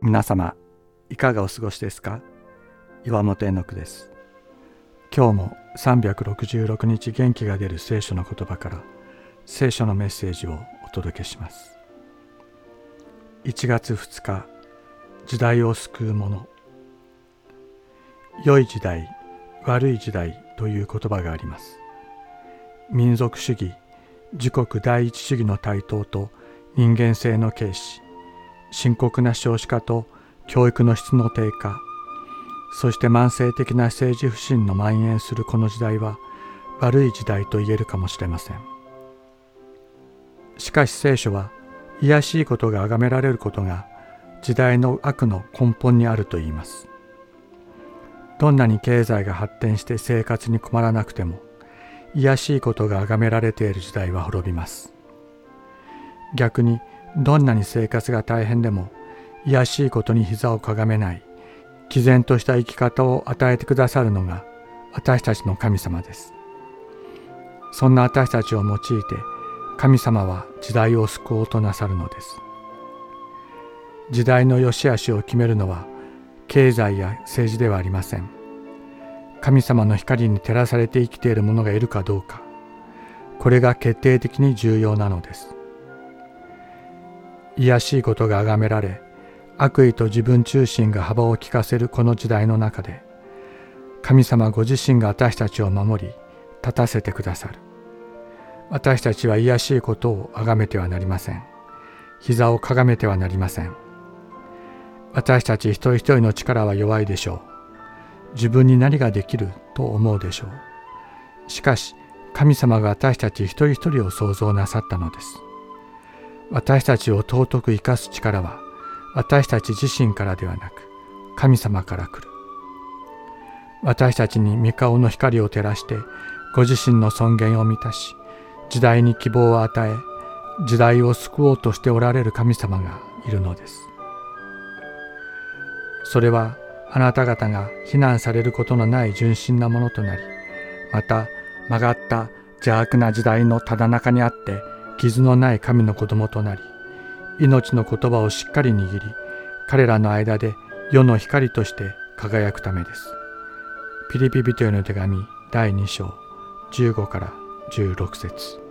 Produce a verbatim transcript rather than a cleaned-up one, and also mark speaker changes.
Speaker 1: 皆様いかがお過ごしですか。岩本絵の句です。今日もさんびゃくろくじゅうろくにち元気が出る聖書の言葉から聖書のメッセージをお届けします。いちがつふつか、時代を救うもの。良い時代、悪い時代という言葉があります。民族主義、自国第一主義の台頭と人間性の軽視、深刻な少子化と教育の質の低下、そして慢性的な政治不信の蔓延するこの時代は悪い時代と言えるかもしれません。しかし聖書は、卑しいことが崇められることが時代の悪の根本にあると言います。どんなに経済が発展して生活に困らなくても、卑しいことが崇められている時代は滅びます。逆に、どんなに生活が大変でも、卑しいことに膝をかがめない、毅然とした生き方を与えてくださるのが私たちの神様です。そんな私たちを用いて、神様は時代を救おうとなさるのです。時代の良し悪しを決めるのは経済や政治ではありません。神様の光に照らされて生きている者がいるかどうか、これが決定的に重要なのです。卑しいことが崇められ、悪意と自分中心が幅を利かせるこの時代の中で、神様ご自身が私たちを守り、立たせてくださる。私たちは卑しいことを崇めてはなりません。膝をかがめてはなりません。私たち一人一人の力は弱いでしょう。自分に何ができると思うでしょう。しかし、神様が私たち一人一人を創造なさったのです。私たちを尊く生かす力は、私たち自身からではなく、神様から来る。私たちに御顔の光を照らして、ご自身の尊厳を満たし、時代に希望を与え、時代を救おうとしておられる神様がいるのです。それは、あなた方が非難されることのない純真なものとなり、また曲がった邪悪な時代のただ中にあって傷のない神の子供となり、命の言葉をしっかり握り、彼らの間で世の光として輝くためです。ピリピ人への手紙だいにしょうじゅうごからじゅうろくせつ。